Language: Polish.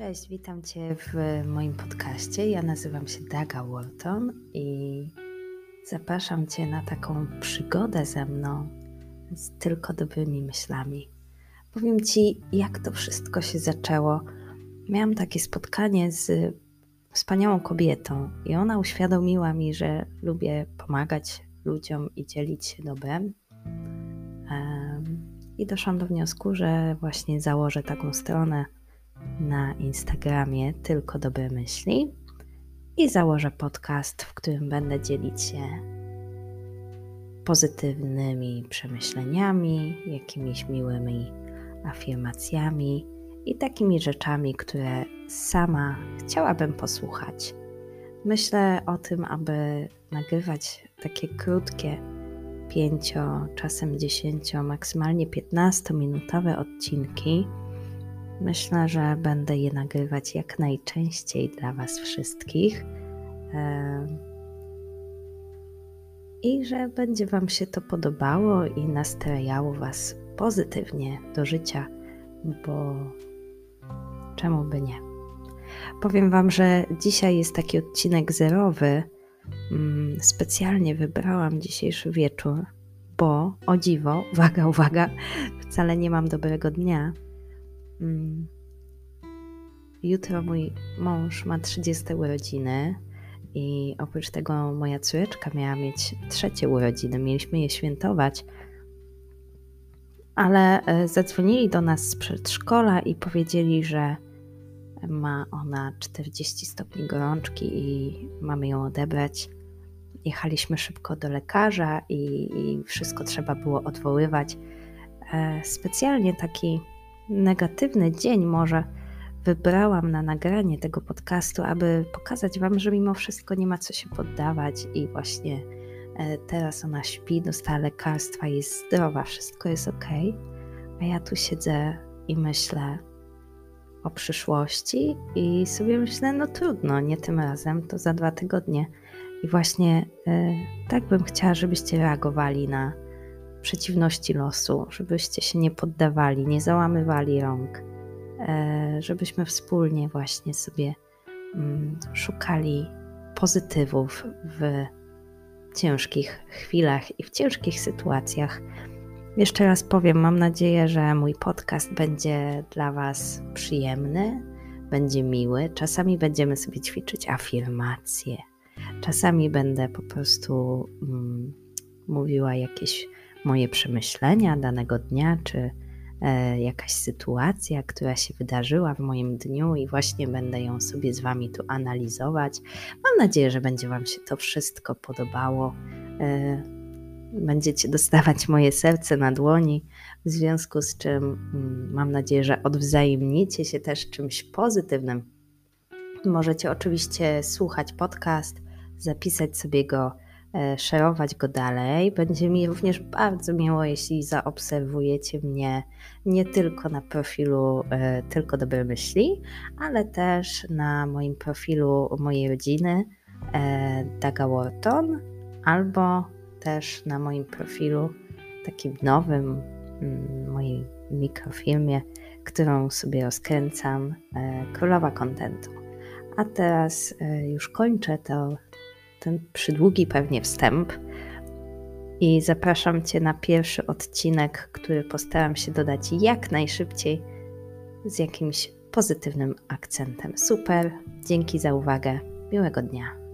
Cześć, witam Cię w moim podcaście. Ja nazywam się Daga Walton i zapraszam Cię na taką przygodę ze mną z tylko dobrymi myślami. Powiem Ci, jak to wszystko się zaczęło. Miałam takie spotkanie z wspaniałą kobietą i ona uświadomiła mi, że lubię pomagać ludziom i dzielić się dobrem. I doszłam do wniosku, że właśnie założę taką stronę na Instagramie Tylko Dobre Myśli i założę podcast, w którym będę dzielić się pozytywnymi przemyśleniami, jakimiś miłymi afirmacjami i takimi rzeczami, które sama chciałabym posłuchać. Myślę o tym, aby nagrywać takie krótkie 5, czasem 10, maksymalnie 15-minutowe odcinki. Myślę, że będę je nagrywać jak najczęściej dla Was wszystkich i że będzie Wam się to podobało i nastrajało Was pozytywnie do życia, bo czemu by nie? Powiem Wam, że dzisiaj jest taki odcinek zerowy. Specjalnie wybrałam dzisiejszy wieczór, bo o dziwo, uwaga, wcale nie mam dobrego dnia. Jutro mój mąż ma 30 urodziny i oprócz tego moja córeczka miała mieć 3 urodziny. Mieliśmy je świętować, ale zadzwonili do nas z przedszkola i powiedzieli, że ma ona 40 stopni gorączki i mamy ją odebrać. Jechaliśmy szybko do lekarza i wszystko trzeba było odwoływać. Specjalnie taki negatywny dzień może wybrałam na nagranie tego podcastu, aby pokazać Wam, że mimo wszystko nie ma co się poddawać i właśnie teraz ona śpi, dostała lekarstwa, jest zdrowa, wszystko jest okej, a ja tu siedzę i myślę o przyszłości i sobie myślę, no trudno, nie tym razem, to za 2 tygodnie i właśnie tak bym chciała, żebyście reagowali na przeciwności losu, żebyście się nie poddawali, nie załamywali rąk, żebyśmy wspólnie właśnie sobie szukali pozytywów w ciężkich chwilach i w ciężkich sytuacjach. Jeszcze raz powiem, mam nadzieję, że mój podcast będzie dla Was przyjemny, będzie miły. Czasami będziemy sobie ćwiczyć afirmacje, czasami będę po prostu mówiła jakieś moje przemyślenia danego dnia, czy jakaś sytuacja, która się wydarzyła w moim dniu i właśnie będę ją sobie z Wami tu analizować. Mam nadzieję, że będzie Wam się to wszystko podobało. Będziecie dostawać moje serce na dłoni, w związku z czym mam nadzieję, że odwzajemnicie się też czymś pozytywnym. Możecie oczywiście słuchać podcast, zapisać sobie go, szerować go dalej. Będzie mi również bardzo miło, jeśli zaobserwujecie mnie nie tylko na profilu Tylko Dobre Myśli, ale też na moim profilu mojej rodziny Daga Walton, albo też na moim profilu takim nowym, mojej mikrofirmie, którą sobie rozkręcam, Królowa Kontentu. A teraz już kończę ten przydługi pewnie wstęp i zapraszam Cię na pierwszy odcinek, który postaram się dodać jak najszybciej z jakimś pozytywnym akcentem. Super, dzięki za uwagę, miłego dnia.